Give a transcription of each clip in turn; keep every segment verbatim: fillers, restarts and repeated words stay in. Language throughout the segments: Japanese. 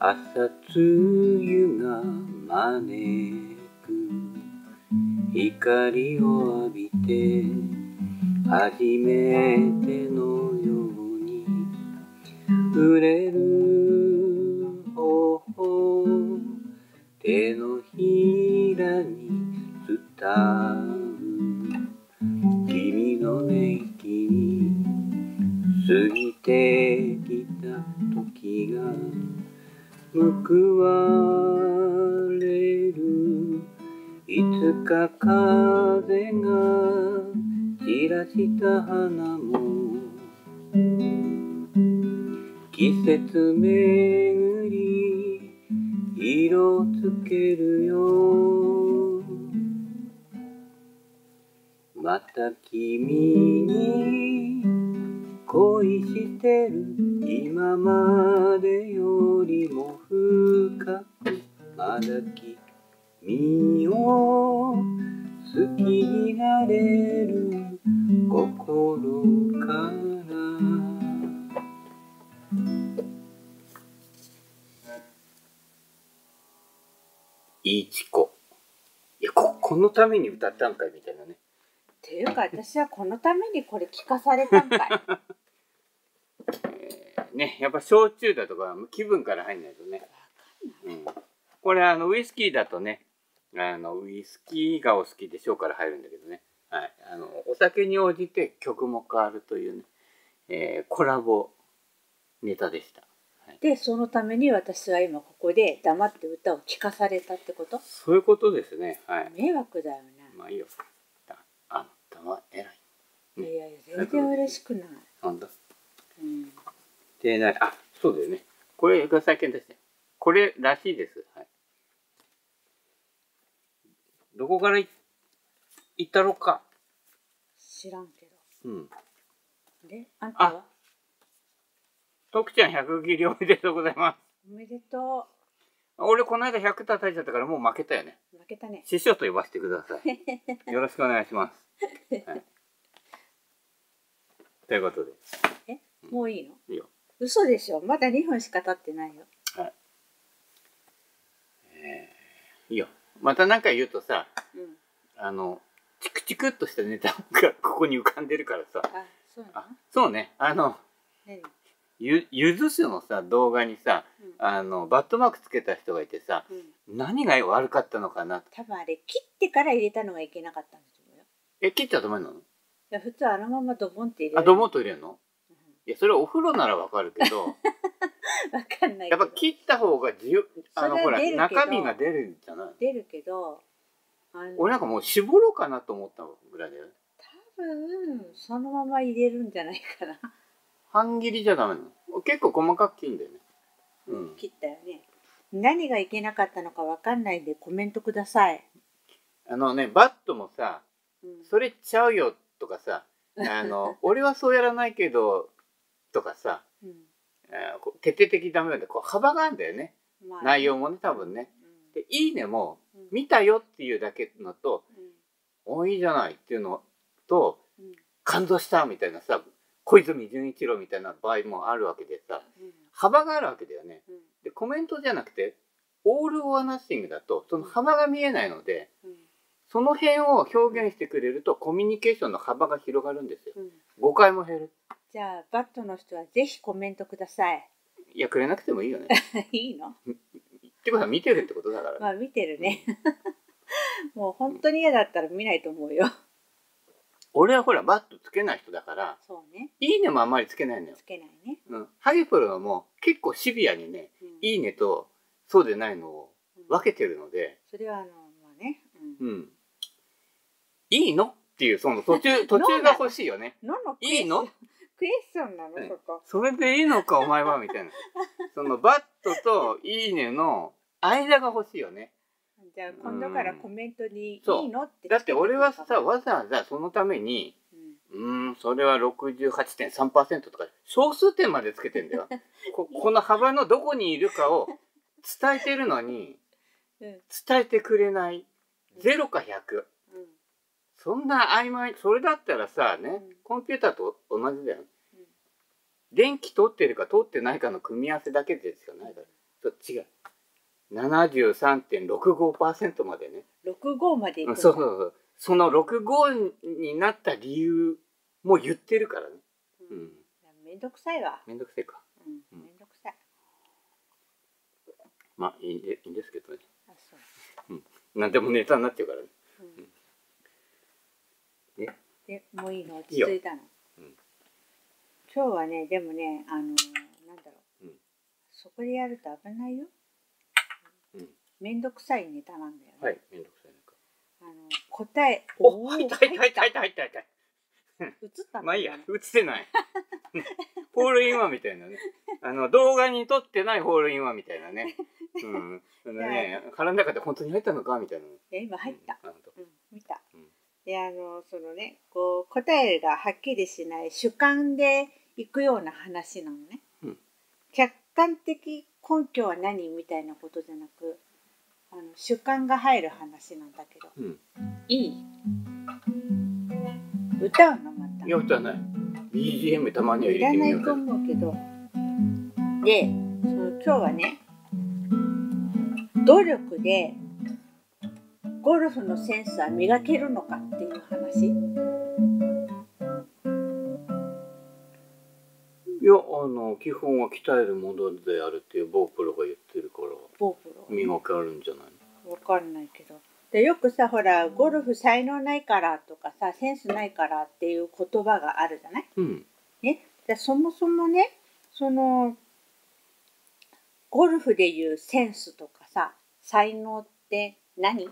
朝露が招く光を浴びて初めてのように触れる頬手のひらに伝う君の寝息に過ぎてきた時が報われるいつか風が散らした花も季節巡り色つけるよまた君に恋してる今までよりも深くまだ君を好きになれる心からいちこいや こ, このために歌ったんかいみたいなねっていうか私はこのためにこれ聞かされたんかいえー、ねやっぱ焼酎だとか気分から入んないとね、うん、これあのウイスキーだとねあのウイスキーがお好きでしょうから入るんだけどね、はい、あのお酒に応じて曲も変わるというね、えー、コラボネタでした、はい、 でそのために私は今ここで黙って歌を聴かされたってこと？ そういうことですね、はい、 迷惑だよね。 まあいいよあんたは偉い、 うん、いやいや全然嬉しくない。 なんだ。 うん。 でなあそうだよね。これが最近出してこれらしいです。はい。どこからい行ったろか。 知らんけど。 うん。 であんたは？ 徳ちゃんひゃく切りおめでとうございます。 おめでとう。俺この間ひゃく叩いちゃったからもう負けたよね。 負けたね。 師匠と呼ばせてください。よろしくお願いします。はい、ということで。 え、もういいの？ いいよ。 嘘でしょ。まだにふんしか経ってないよ。 はい。えー、いいよ。また何か言うとさ、うん、あのチクチクっとしたネタがここに浮かんでるからさ。 あ、そうなの？ あ、そうね。あの。 何？ ゆゆず酒のさ動画にさ、うん、あのバットマークつけた人がいてさ、うん、何が悪かったのかな。 多分あれ切ってから入れたのがいけなかったんですよ。 え、切っちゃダメなの？いや普通あのままドボンって入れる。 あ、ドボンと入れるの？うん、いやそれはお風呂ならわかるけど。わかんないけど。 やっぱ切った方がじゆあのほら中身が出るんじゃない？ 出るけど。 あの俺なんかもう絞ろうかなと思ったぐらいだよ。 多分そのまま入れるんじゃないかな。 半切りじゃダメなの？結構細かく切るんだよね。 うん、切ったよね。何がいけなかったのかわかんないんでコメントください。あのねバットもさ、うん、それちゃうよとかさ、あの俺はそうやらないけどとかさ、うん、徹底的にダメなんでこう幅があるんだよね。まあ、内容もね多分ね。うん、でいいねも、うん、見たよっていうだけのと、うん、おいいじゃないっていうのと、うん、感動したみたいなさ。小泉純一郎みたいな場合もあるわけでさ、うん、幅があるわけだよね、うん、でコメントじゃなくてオール・オア・ナッシングだとその幅が見えないので、うん、その辺を表現してくれるとコミュニケーションの幅が広がるんですよ、うん、誤解も減る。 じゃあバットの人はぜひコメントください。 いやくれなくてもいいよね。 いいの？ ってことは見てるってことだから、ね、 まあ見てるね。もう本当に嫌だったら見ないと思うよ。 俺はほらバットつけない人だから、 そうね。 いいねもあんまりつけないのよ。 つけないね。 うん。ハゲプロも結構シビアにね、うん、いいねとそうでないのを分けてるので。 うん、それはあのまあね。 うん。うん、いいのっていうその途中途中が欲しいよね。いいの？ クエスチョンなの、そこ。 それでいいのかお前はみたいな。そのバットといいねの間が欲しいよね。 じゃあ今度からコメントにいいのってだって俺はさわざわざそのためにうーんそれは ろくじゅうはちてんさんパーセント とか小数点までつけてんだよ。こ, この幅のどこにいるかを伝えてるのに伝えてくれないゼロかひゃく、うん、そんな曖昧それだったらさね、うん、コンピューターと同じだよ、うん、電気通ってるか通ってないかの組み合わせだけでしかないからそう違う。ななじゅうさんてんろくごパーセント までね。 ろくじゅうごまでいくんだ。 そうそうそう。そのろくじゅうごになった理由も言ってるからね。 うん。めんどくさいわ。 めんどくさいか。 うん。めんどくさい。 まあいいんでいいんですけどね。 あ、そう。 うん。なんでもネタになっちゃうからね。 うん。ね。で、もういいの？落ち着いたの？うん。今日はね、でもね、あのー、なんだろう。うん。そこでやると危ないよ。うん。めんどくさいネタなんだよね。 はい。めんどくさいネタ。あの答え。 おお。入った入った入った入った入った入った。 映ったの？ まあいいや、映ってない。ホールインワンみたいなね。あの動画に撮ってないホールインワンみたいなね。うん。あのね、腹の中で本当に入ったのかみたいな。いや今入った。 うん、 うん、見た。うん、で、あのそのね、こう答えがはっきりしない主観でいくような話なのね。うん、客観的根拠は何みたいなことじゃなく、あの主観が入る話なんだけど。うん、いい？歌うのまた。 いや歌わない。ビージーエム たまには入れてみよう。 いらないと思うけど。で、その今日はね、努力でゴルフのセンスは磨けるのかっていう話。 いや、あの基本は鍛えるものであるっていう某プロが言ってるから。 某プロ。 磨けるんじゃないの？ わかんないけど。でよくさ、ほらゴルフ才能ないからとかさ、センスないからっていう言葉があるじゃない？うん。ね、でそもそもね、そのゴルフでいうセンスとかさ、才能って何って。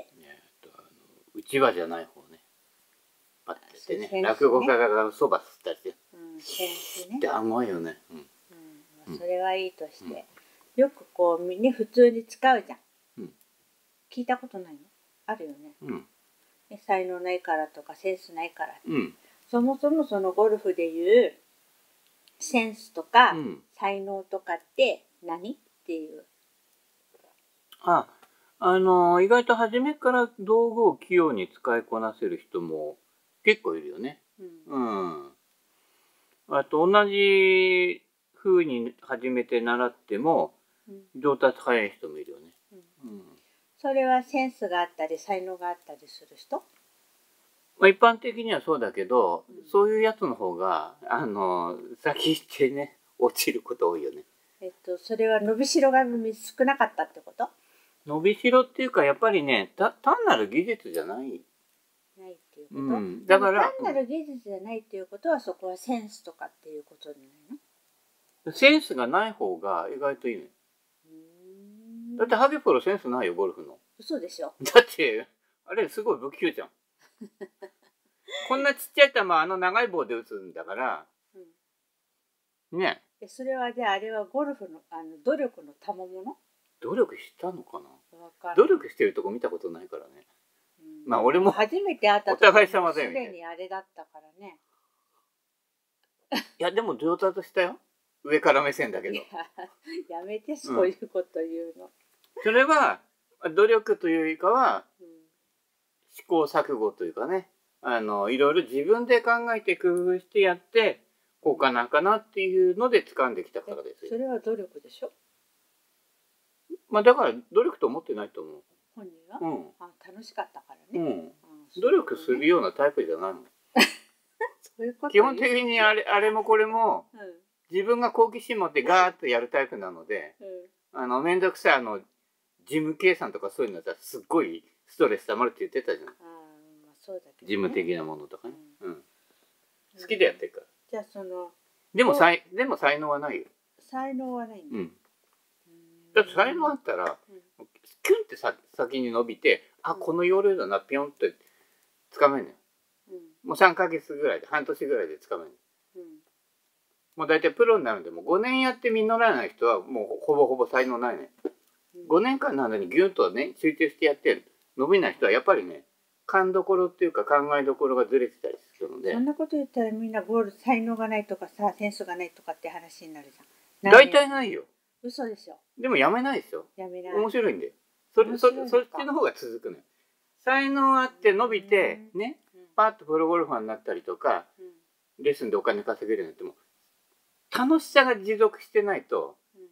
えっとあの内輪じゃない方ね。パッてしてね。落語家がそば吸ったりして。うん、センスね。って甘いよね。うん。 うん、それはいいとして、うん、よくこうね普通に使うじゃん。うん、聞いたことないの？あるよね。うん。ね、才能ないからとかセンスないから。うん。そもそもそのゴルフでいうセンスとか、うん、才能とかって何っていう。 あ、あの意外と初めから道具を器用に使いこなせる人も結構いるよね。うん。うん、あと同じ風に初めて習っても上達早い人もいるよね。うん。うん、 それはセンスがあったり才能があったりする人？ まあ一般的にはそうだけど、うん、そういうやつの方があの先行ってね落ちること多いよね。 えっとそれは伸びしろが少なかったってこと？ 伸びしろっていうかやっぱりね、た単なる技術じゃない。 ないっていうこと？ うん、だから単なる技術じゃないっていうことは、そこはセンスとかっていうことじゃないの？センスがない方が意外といいのよ。だってハゲプロセンスないよ、ゴルフの。 嘘でしょ？ だってあれすごい不器用じゃん。こんなちっちゃい球あの長い棒で打つんだから、うん、ねえ。それはじゃああれはゴルフのあの努力の賜物？ 努力したのかな？努力してるとこ見たことないからね。うん、まあ俺も初めて会った時お互い様だよ。 すでにあれだったからね。 いやでも上達したよ。上から目線だけど。 や, やめてそういうこと言うの。うん、 それは努力というよりかは、うん、試行錯誤というかね、あのいろいろ自分で考えて工夫してやってこうかなんかなっていうので掴んできたからですよ。 それは努力でしょ？ まあだから努力と思ってないと思う。 本人は？うん。あ、楽しかったからね。 うん。うん、努力するようなタイプじゃないもん。 そういうこと？ 基本的にあれあれもこれも、うん、自分が好奇心持ってガーッとやるタイプなので、うん、あの面倒くさいあの事務計算とかそういうのはすっごいストレス溜まるって言ってたじゃん。あ、まあそうだけどね、事務的なものとかね。うん。うん、好きでやってるから。 じゃあそのでも才でも才能はないよ。 才能はないんだ。うん。 だって才能あったら、うん、キュンってさ先に伸びて、あ、この要領だな、ピョンってつかめるのよ。うん、もうさんかげつぐらいで、半年ぐらいでつかめるの。うん、もう大体プロになるんで、もうごねんやって実らない人はもうほぼほぼ才能ないね。うん、ごねんかんの間にギュンとね、集中してやって伸びない人はやっぱりね、勘どころっていうか考えどころがずれてたりするので。 そんなこと言ったらみんなゴール才能がないとかさ、センスがないとかって話になるじゃん。 大体ないよ。 嘘でしょ。 でもやめないですよ。 やめない。 面白いんで。それそそっちの方が続くのよ。才能あって伸びてね、パッとプロゴルファーになったりとか、レッスンでお金稼げるようになっても楽しさが持続してないと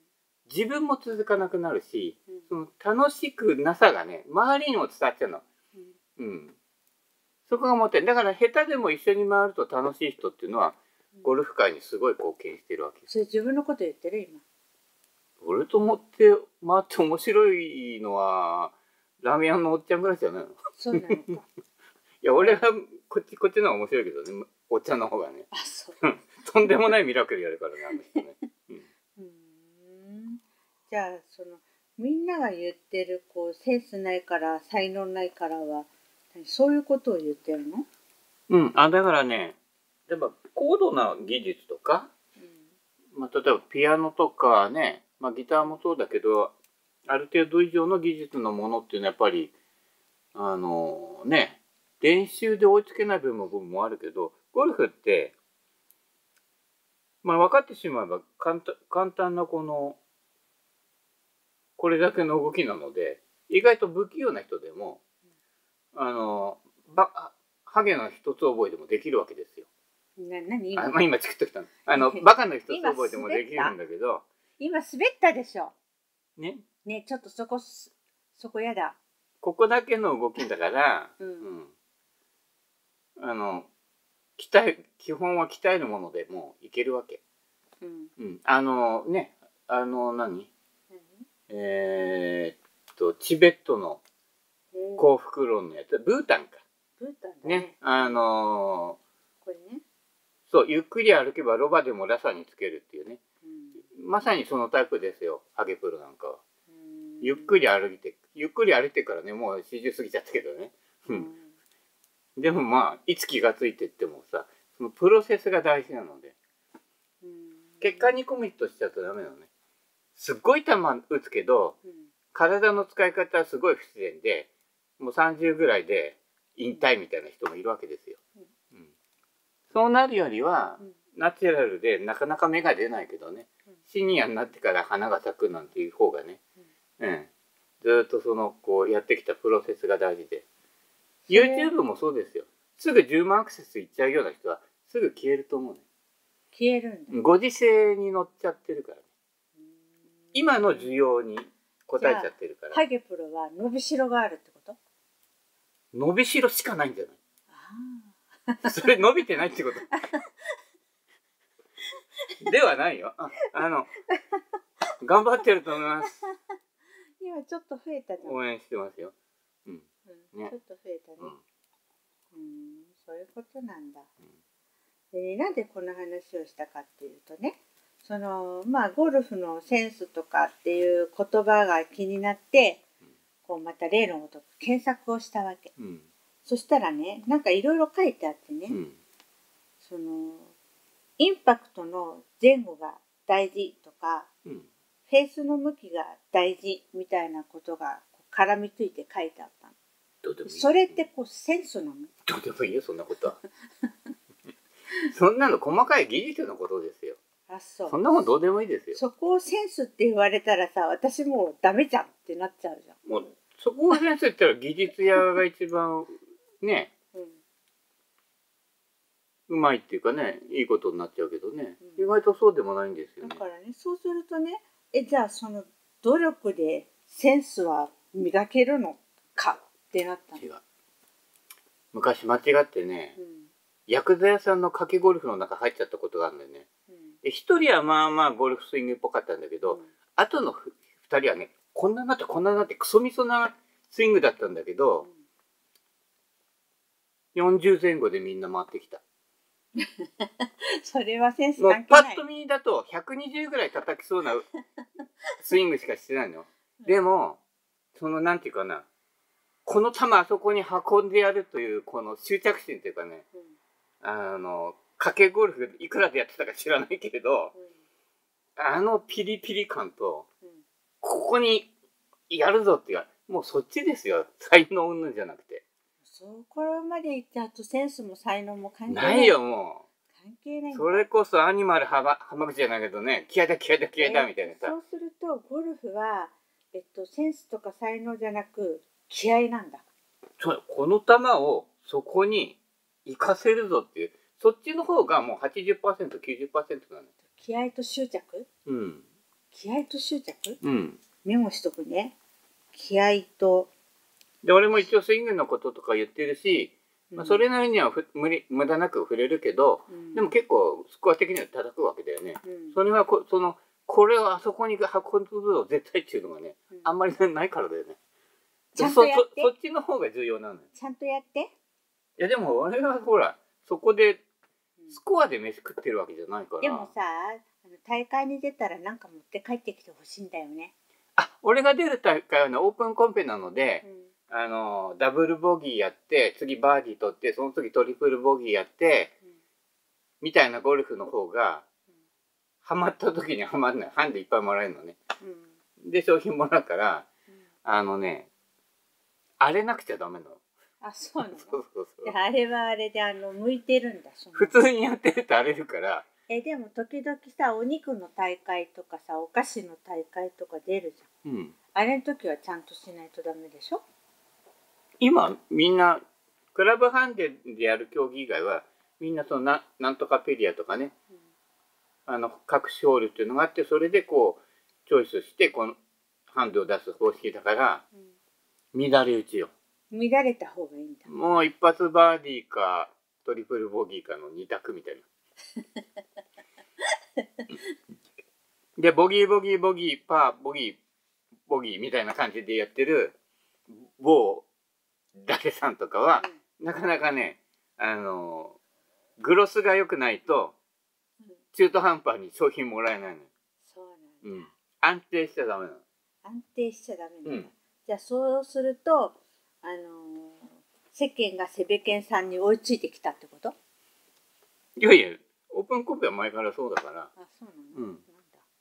自分も続かなくなるし、うん、その楽しくなさがね周りにも伝わっちゃうの。うん、うん、そこがもってだから下手でも一緒に回ると楽しい人っていうのはゴルフ界にすごい貢献してるわけです。 それ自分のこと言ってる今。 俺と思って回って面白いのはラーメン屋のおっちゃんぐらいじゃないの。 そうなのか。いや俺はこっちこっちの方が面白いけどね、おっちゃんの方がね。 あ、そう。 とんでもないミラクルやるからね、あの人ね。 うん、うんじゃあそのみんなが言ってるこうセンスないから才能ないからはそういうことを言ってるの？ うん、あだからね、例えば高度な技術とか、うんまあ、例えばピアノとかね、まあ、ギターもそうだけどある程度以上の技術のものっていうのはやっぱりあのね練習で追いつけない部分もあるけど、ゴルフってまあ分かってしまえば簡単、簡単なこのこれだけの動きなので意外と不器用な人でもあのばハゲの一つ覚えでもできるわけですよ。 な何今？ あ、まあ、今作ってきたの。あのバカの一つ覚えでもできるんだけど。 今滑ったでしょ。 ね。 ねちょっとそこそこやだ。 ここだけの動きだから、うん、うん、あの鍛え基本は鍛えるものでもういけるわけ。うん、うん、あのねあの何？何？えー、っとチベットの幸福論のやつ、ブータンか。 ブータンだね。 ね、あのー、これね。 そうゆっくり歩けばロバでもラサにつけるっていうね、うん、まさにそのタイプですよ、ハゲプロなんかは。ゆっくり歩いてゆっくり歩いてからねもうよんじゅう過ぎちゃったけどね、うん、でもまあいつ気がついてってもさそのプロセスが大事なので、うん、結果にコミットしちゃうとダメなのね。すっごい球打つけど、うん、体の使い方はすごい不自然でもうさんじゅうぐらいで引退みたいな人もいるわけですよ、うんうん、そうなるよりは、うん、ナチュラルでなかなか芽が出ないけどね、うん、シニアになってから花が咲くなんていう方がね、うん、ずっとそのこうやってきたプロセスが大事で、 YouTube もそうですよ。すぐじゅうまんアクセスいっちゃうような人はすぐ消えると思うね。 消えるんだ。 ご時世に乗っちゃってるからね。今の需要に応えちゃってるから。 ハゲプロは伸びしろがあるってこと？ 伸びしろしかないんじゃない？あそれ伸びてないってことではないよ。あ、あの頑張ってると思います。 今ちょっと増えたじゃん。 応援してますよ。うん。 うんね、ちょっと増えたね。うん、うんそういうことなんだ。うん、でなんでこの話をしたかっていうとね、そのまあゴルフのセンスとかっていう言葉が気になって、うん、こうまた例のごとく検索をしたわけ。うん、そしたらね、なんかいろいろ書いてあってね、うん、そのインパクトの前後が大事とか、うん、フェースの向きが大事みたいなことが絡みついて書いてあったの。 どうでもいい。 それってこうセンスなの？ どうでもいいよそんなことは。そんなの細かい技術のことですよ。 あ、そう。 そんなもんどうでもいいですよ。 そこをセンスって言われたらさ、私もうダメじゃんってなっちゃうじゃん。 もうそこをセンスって言ったら技術屋が一番ね、うん、うまいっていうかね、いいことになっちゃうけどね、うん、意外とそうでもないんですよね。 だからね、そうするとね、えじゃあその努力でセンスは磨けるのかってなったの。違う。 昔間違ってね、うん、ヤクザ屋さんの賭けゴルフの中入っちゃったことがあるんだよね。で一人はまあまあゴルフスイングっぽかったんだけど、うん、あとのふたりはねこんなになってこんなになってクソみそなスイングだったんだけど、うん、よんじゅうぜん後でみんな回ってきた。 それはセンス関係ない。 もうパッと見だとひゃくにじゅうぐらい叩きそうなスイングしかしてないの。でもそのなんていうかな、この球あそこに運んでやるというこの執着心というかね、うん、あの賭けゴルフいくらでやってたか知らないけれど、うん、あのピリピリ感と、うん、ここにやるぞっていうもうそっちですよ、才能云々じゃなくて。 そこまでいっちゃうとセンスも才能も関係ない。 ないよもう。関係ないんだ。 それこそアニマル浜口じゃないけどね、気合だ気合だ気合だみたいなさ。 そうするとゴルフは、えっと、センスとか才能じゃなく気合なんだ。 そうこの球をそこに生かせるぞっていう。そっちの方がもう はちじゅっパーセント、きゅうじゅっパーセント なの。 気合と執着？ うん。 気気合と執着、 うん、 メモしとくね。気合と。 で俺も一応スイングのこととか言ってるし、うん、まあ、それなりにはふ無理無駄なく触れるけど、うん、でも結構スコア的には叩くわけだよね。うん、それはこそのこれをあそこに運ぶの絶対っていうのがね、うん、あんまりないからだよね。 ちゃんとやって。 そ, そ, そっちの方が重要なのよ。 ちゃんとやって。 いやでも俺はほらそこでスコアで飯食ってるわけじゃないから。 でもさ、大会に出たらなんか持って帰ってきてほしいんだよね。 あ、俺が出る大会はねオープンコンペなので、うん、あのダブルボギーやって次バーディー取ってその次トリプルボギーやって、うん、みたいなゴルフの方が、うん、ハマった時にハマんない。ハンデいっぱいもらえるのね。うん、で商品もらうから、うん、あのね荒れなくちゃダメなの。 あ、そうなの。 そうそうそう。 あれはあれであの向いてるんだ。 普通にやってると荒れるから。 えでも時々さお肉の大会とかさお菓子の大会とか出るじゃん、うん、あれの時はちゃんとしないとダメでしょ。 今みんなクラブハンデでやる競技以外はみんなその な, なんとかペディアとかね、うん、あの隠しホールっていうのがあってそれでこうチョイスしてこのハンデを出す方式だから、うん、乱れ打ちよ。 乱れた方がいいんだ。 もう一発バーディーかトリプルボギーかのに択みたいな。でボギーボギーボギーパーボギーボギーみたいな感じでやってる某伊達さんとかは、うん、なかなかねあのグロスが良くないと中途半端に商品もらえないのよ。 そうなんだ、うん、 安定しちゃダメなの。 安定しちゃダメなんだ、うん、じゃあそうするとあのー、世間がセベケンさんに追いついてきたってこと？ いやいやオープンコンペは前からそうだから。あ、 そうなの、うん、なんだ、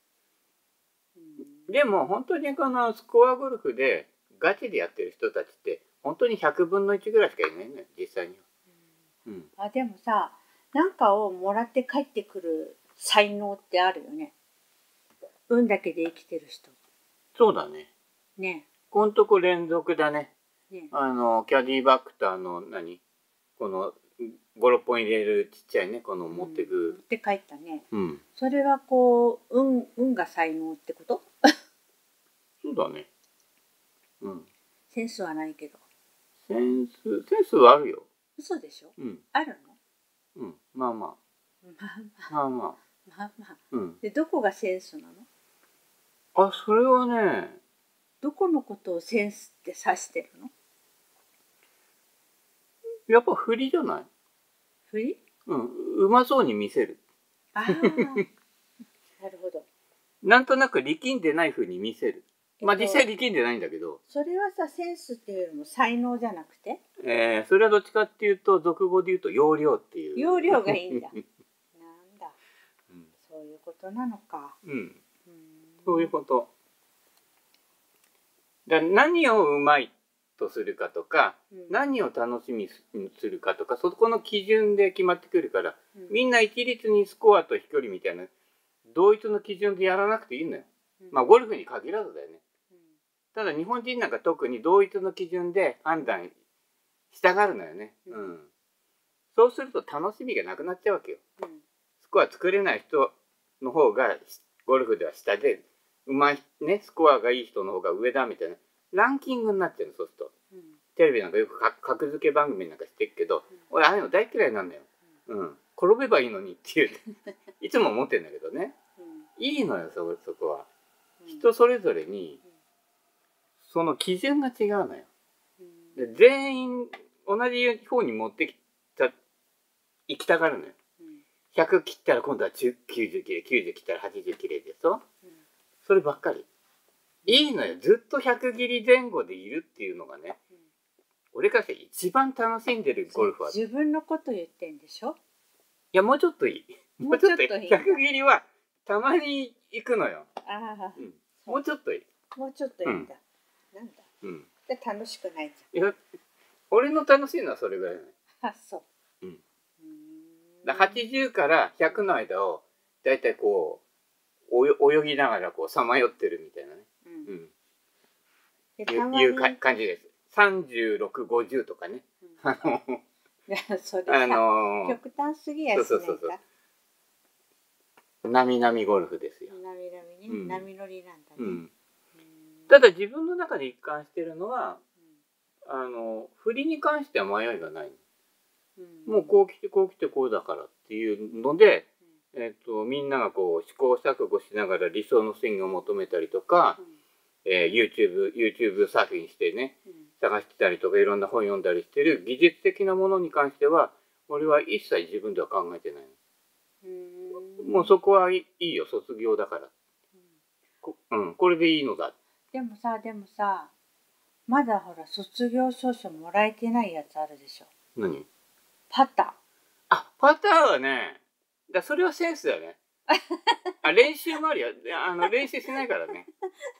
うん、でも本当にこのスコアゴルフでガチでやってる人たちって本当にひゃくぶんのいちぐらいしかいないのよ実際には、 うんうん、あでもさなんかをもらって帰ってくる才能ってあるよね。運だけで生きてる人。 そうだね。 ねこのとこ連続だね。ねあのキャディバッグとあの何このご、ろっぽん入れるちっちゃいねこの持ってく、うん、 持って帰ったね、 うん、 それはこう運運が才能ってこと？ そうだね、うん、 センスはないけど。 センスセンスはあるよ。 嘘でしょ、 うん、 あるの？うんまあまあまあまあまあまあまあ、うん、でどこがセンスなの？ あそれはねどこのことをセンスって指してるの？ やっぱ振りじゃない？ 振り？ うん、うまそうに見せる。 ああ、なるほど。 なんとなく力んでない風に見せる。まあ実際力んでないんだけど。 それはさセンスっていうよりも才能じゃなくて？ えー、それはどっちかっていうと俗語で言うと要領っていう。 要領がいいんだ。なんだ、うん。そういうことなのか。 うん。うんそういうこと。だ何をうまいとするかとか、うん、何を楽しみにするかとかそこの基準で決まってくるから、うん、みんな一律にスコアと飛距離みたいな同一の基準でやらなくていいのよ、うん、まあゴルフに限らずだよね、うん、ただ日本人なんか特に同一の基準で判断したがるのよね、うんうん、そうすると楽しみがなくなっちゃうわけよ、うん、スコア作れない人の方がゴルフでは下でうまいねスコアがいい人の方が上だみたいなランキングになっちゃうのそうすると、うん、テレビなんかよく格付け番組なんかしてるけど、うん、俺ああいうの大嫌いなんだよ、うんうん、転べばいいのにっていういつも思ってるんだけどね、うん、いいのよ そ, そこは、うん、人それぞれにその基準が違うのよ、うん、で全員同じ方に持ってきた行きたがるのよ、うん、ひゃく切ったら今度はきゅうじゅう切れきゅうじゅう切ったらはちじゅう切れでしょ、うん、そればっかりいいのよずっとひゃく切り前後でいるっていうのがね、うん、俺からして一番楽しんでるゴルフは自分のこと言ってんでしょ。 いやもうちょっといいもうちょっといいひゃく切りはたまに行くのよ。ああ、うん、もうちょっといいもうちょっといいんだ、うん、なんだ、うん、で楽しくないじゃん。いや俺の楽しいのはそれぐらいね。 あそう、 うん、だはちじゅうからひゃくの間をだいたいこう泳ぎながらこうさまよってるみたいなね、うんうん、いういう感じです。さんじゅうろく、ごじゅうとかね。うん、あのいやそれさ、あのー、極端すぎやしないか。そうそうそうそうなみなみゴルフですよ。 なみなみね、うん、波乗りなんだね、うん、 ただ自分の中で一貫してるのは、うん、あの振りに関しては迷いがない、うん、もうこう来てこう来てこうだからっていうので、うん、えー、とみんながこう試行錯誤しながら理想のスイングを求めたりとか、うん、えー、YouTube, YouTube サーフィンしてね、うん、探してたりとかいろんな本読んだりしてる技術的なものに関しては俺は一切自分では考えてない。うん、もうそこはいいよ、卒業だから、うん、これでいいのだ。 でもさでもさまだほら卒業証書もらえてないやつあるでしょ。 何？ パター。 あ、パターはね、だそれはセンスだよね。あ、練習もあるよ。あの練習しないからね。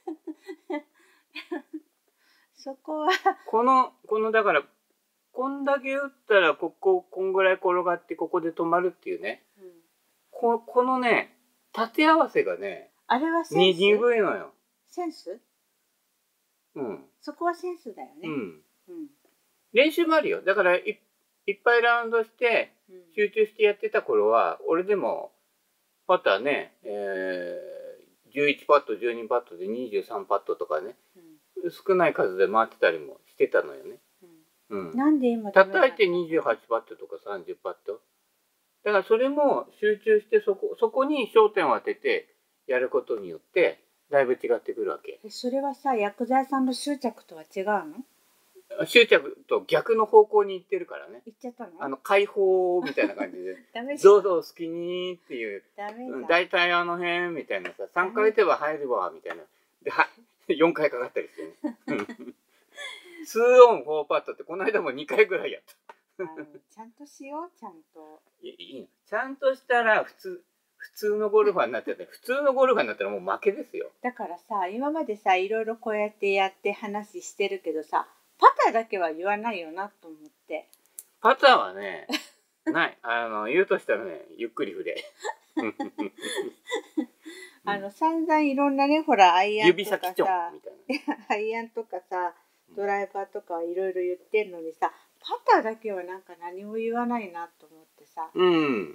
そこはこのこのだからこんだけ打ったらこここんぐらい転がってここで止まるっていうね。うん、ここのね縦合わせがね、 あれはセンス。 鈍いのよ。 センス？ うん。 そこはセンスだよね。うん。うん、 練習もあるよ。だからいいっぱいラウンドして集中してやってた頃は、うん、俺でもパターね、えー、じゅういちパットじゅうにパットでにじゅうさんパットとかね、うん、少ない数で回ってたりもしてたのよね。 うんうん、なんで今叩いてにじゅうはちパットとかさんじゅうパット。だからそれも集中してそこそこに焦点を当ててやることによってだいぶ違ってくるわけ。 それはさ薬剤さんの執着とは違うの？ 執着と逆の方向に行ってるからね。 行っちゃったの？ あの解放みたいな感じでどうぞ好きにっていう大体あの辺みたいなささんかい打てば入るわみたいなではよんかいかかったりしてねツーオンフォーパットってこの間もにかいぐらいやったあのちゃんとしようちゃんといいのちゃんとしたら普通普通のゴルファーになっちゃって普通のゴルファーになったらもう負けですよ。 だからさ今までさいろいろこうやってやって話してるけどさパターだけは言わないよなと思って。 パターはねないあの言うとしたらねゆっくり振れあの散々いろんなねほらアイアンとかさ指先ちょんみたいなアイアンとかさドライバーとかいろいろ言ってんのにさパターだけはなんか何も言わないなと思ってさ、 うん、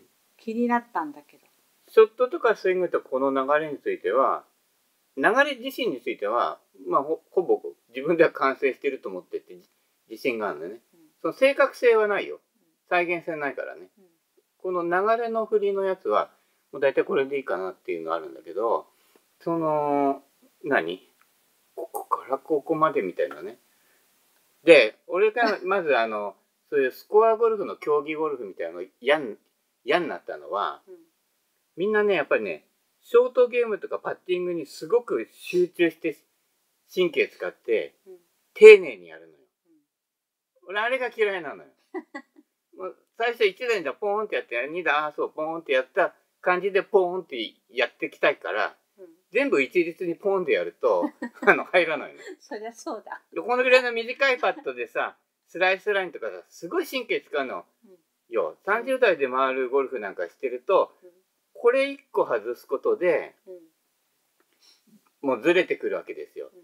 気になったんだけど。 ショットとかスイングとこの流れについては流れ自身については、まあ、ほ, ほぼ自分では完成してると思ってて自信があるんだよね、うん、その正確性はないよ再現性ないからね、うん、この流れの振りのやつはもう大体これでいいかなっていうのがあるんだけどその何ここからここまでみたいなねで俺がまずあのそういうスコアゴルフの競技ゴルフみたいなの嫌になったのは、うん、みんなねやっぱりねショートゲームとかパッティングにすごく集中して神経使って、うん、丁寧にやるのよ、うん、俺あれが嫌いなのよもう最初いちだんじゃポーンってやってにだんあそうポーンってやった感じでポーンってやっていきたいから、うん、全部一律にポーンってやるとあの入らないのよそりゃそうだでこのぐらいの短いパットでさスライスラインとかさすごい神経使うの、うん、よさんじゅうだいで回るゴルフなんかしてると、うん、これいっこ外すことで、うん、もうずれてくるわけですよ、うん、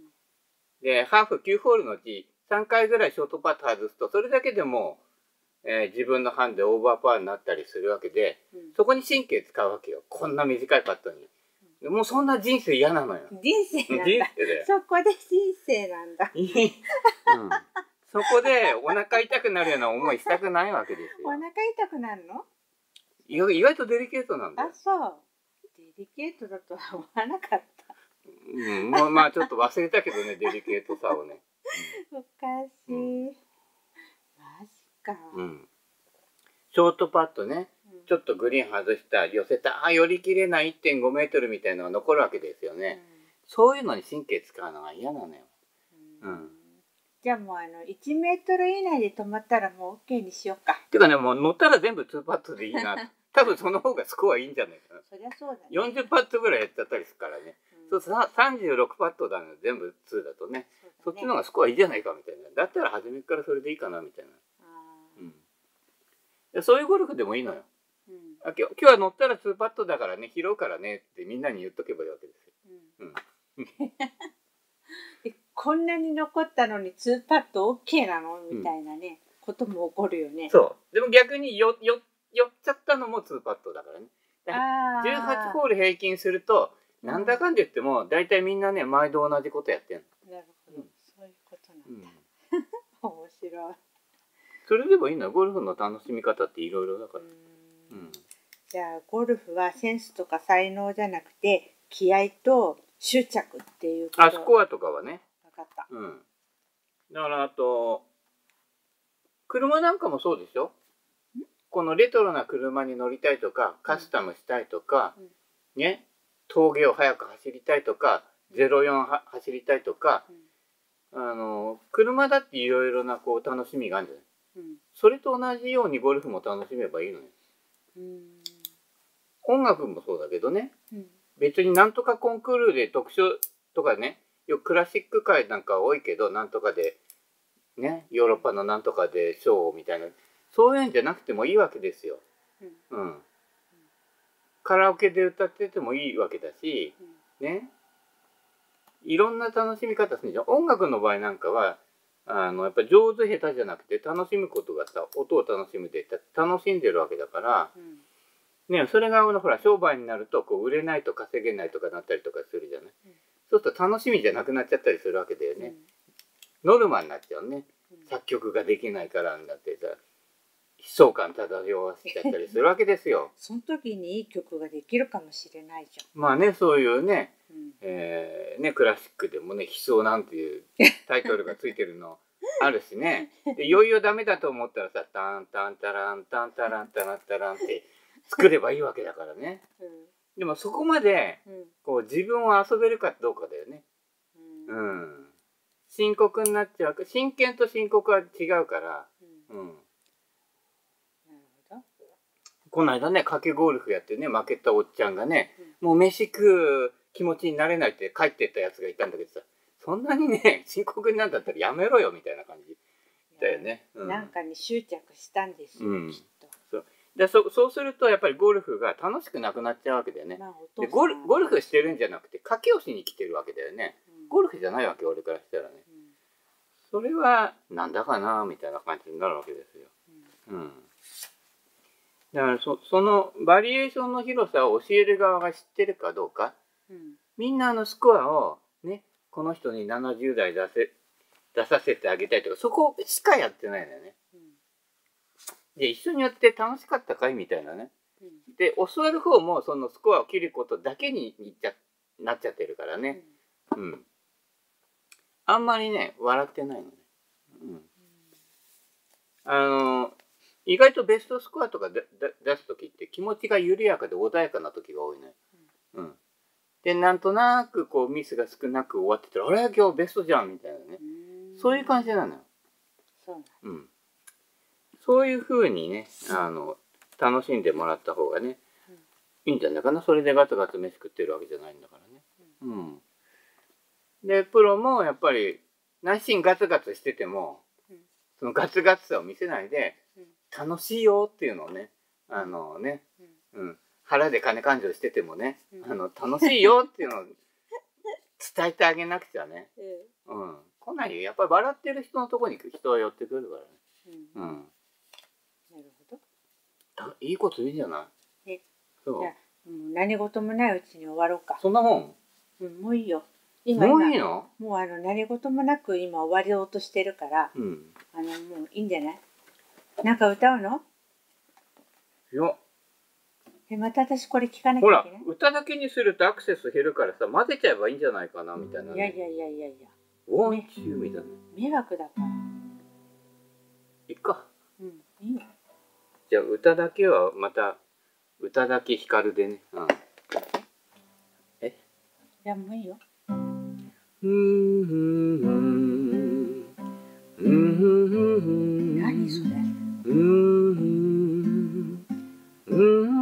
でハーフきゅうホールのうちさんかいぐらいショートパット外すとそれだけでも、えー、自分のハンデオーバーパーになったりするわけで、うん、そこに神経使うわけよこんな短いパットに、うん、もうそんな人生嫌なのよ人生なんだ人生だよそこで人生なんだ、 うんそこでお腹痛くなるような思いしたくないわけですよ。 お腹痛くなるの？ 意外とデリケートなんだよ。 あ、そう。デリケートだとは思わなかった。 うん、もうまあちょっと忘れたけどね、デリケートさをね。 うん、おかしい、うん。マジか。 うん。ショートパットね、うん、ちょっとグリーン外した、寄せた、あ、寄り切れない いってんごメートルみたいなのが残るわけですよね。うん、そういうのに神経使うのが嫌なのよ。うん。うんじゃあもうあのいちメートル以内で止まったらもう OK にしようか。 てかねもう乗ったら全部にパットでいいな多分その方がスコアいいんじゃないかな。 そりゃそうだね。 よんじゅうパットぐらいやっちゃったりするからね、うん、そうさんじゅうろくパットだの全部にだと ね, そ, ねそっちの方がスコアいいじゃないかみたいなだったら初めからそれでいいかなみたいなあ、うん、そういうゴルフでもいいのよ、うん、あ 今, 日今日は乗ったらにパットだからね拾うからねってみんなに言っとけばいいわけですよ、うんうんこんなに残ったのににパット OK なのみたいなね、うん、ことも起こるよね。 そうでも逆によよ寄っちゃったのもにパットだからねじゅうはちホール平均するとなんだかんで言っても大体みんなね毎度同じことやってんの。なるほど、うん、そういうことなんだ。うん、面白い。 それでもいいのよ。ゴルフの楽しみ方っていろいろだから。うん、 じゃあゴルフはセンスとか才能じゃなくて気合と執着っていうこと。 あ、スコアとかはね。 分かった。 うん。だからあと車なんかもそうでしょ。このレトロな車に乗りたいとかカスタムしたいとか、うん、ね、峠を速く走りたいとかゼロよんは走りたいとか、うん、あの車だっていろいろなこう楽しみがあるんじゃない。うん、それと同じようにゴルフも楽しめばいいのよ。うん、音楽もそうだけどね、うん、別になんとかコンクールで特賞とかね、よくクラシック界なんか多いけどなんとかでね、ヨーロッパのなんとかで賞みたいな、そういうんじゃなくてもいいわけですよ。うん、うん、カラオケで歌っててもいいわけだし、うん、ね、いろんな楽しみ方するんじゃん。音楽の場合なんかはあのやっぱ上手下手じゃなくて楽しむことがさ、音を楽しむで楽しんでるわけだから、うん、ね、それがほら商売になるとこう売れないと稼げないとかなったりとかするじゃない。うん、そうすると楽しみじゃなくなっちゃったりするわけだよね。うん、ノルマになっちゃうね。うん、作曲ができないからになってさ、悲壮感漂わせちゃったりするわけですよ。 その時にいい曲ができるかもしれないじゃん。 まあね、そういうね、うん、えー、ね、クラシックでもね、悲壮なんていうタイトルがついてるのあるしね。で、いよいよダメだと思ったらさ、タンタンタランタンタランタランタランって作ればいいわけだからね。うん、でもそこまでこう自分を遊べるかどうかだよね。うん。うん、深刻になっちゃう。真剣と深刻は違うから。うん。うん、この間ね、賭けゴルフやってね、負けたおっちゃんがね、うん、もう飯食う気持ちになれないって帰ってったやつがいたんだけどさ、そんなにね、深刻になるんだったらやめろよみたいな感じだよね。 うん、なんかに執着したんですよ、うん、きっと。 そうで そ, そうするとやっぱりゴルフが楽しくなくなっちゃうわけだよね。まあ、で ゴ, ルゴルフしてるんじゃなくて賭けをしに来てるわけだよね。うん、ゴルフじゃないわけ、俺からしたらね。うん、それはなんだかなみたいな感じになるわけですよ。うん、うん、だから そ, そのバリエーションの広さを教える側が知ってるかどうか、うん、みんなあのスコアをね、この人にななじゅう代出せ出させてあげたいとか、そこしかやってないんだよね。うん、で一緒にやって楽しかったかいみたいなね。うん、で教わる方もそのスコアを切ることだけにいっちゃなっちゃってるからね。うん、うん、あんまりね笑ってないのね。うん、あの意外とベストスコアとかで出す時って気持ちが緩やかで穏やかな時が多いね。うん、でなんとなくこうミスが少なく終わってたら、あれ今日ベストじゃんみたいなね。そういう感じなのよ。そうなん、うん、そういう風にね、あの楽しんでもらった方がね、うん、いいんじゃないかな。それでガツガツ飯食ってるわけじゃないんだからね。うん、うん、でプロもやっぱり内心ガツガツしてても、うん、そのガツガツさを見せないで、うん、楽しいよっていうのをね、あのね、うんうん、腹で金勘定しててもね、うん、あの楽しいよっていうのを伝えてあげなくちゃね。うん、来ないよ。やっぱり笑ってる人のところに人は寄ってくるからね。うん。うん、なるほど。いいこと言うんじゃない？ね。 そう。じゃあ、うん、何事もないうちに終わろうか。 そんなもん？ うん、もういいよ。 今もういいの？ もうあの何事もなく今終わりようとしてるから、うん、あのもういいんじゃない？なんか歌うの？ いや。 え、また私これ聞かなきゃいけない？ ほら、歌だけにするとアクセス減るからさ、混ぜちゃえばいいんじゃないかなみたいな、ね。 いやいやいやいやいや。 ウォンチューみたいな。 迷惑だから。 いっか。 うん、いいよ。 じゃあ歌だけはまた歌だけ光るでね。うん。え？ いやもういいよ。 うんうんうんうん何それ？ うんうん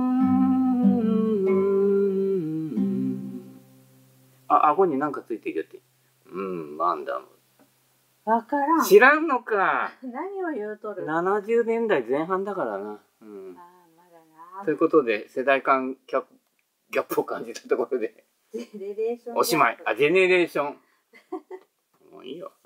あ、顎になんかついてるよって。うん、マンダム。 わからん。 知らんのか。 何を言うとる。 ななじゅうねんだいぜん半だからな。うん。ああ、 まだな。 ということで世代間ギャップ、ギャップを感じたところで。 ジェネレーション。 おしまい。あ、ジェネレーション。もういいよ。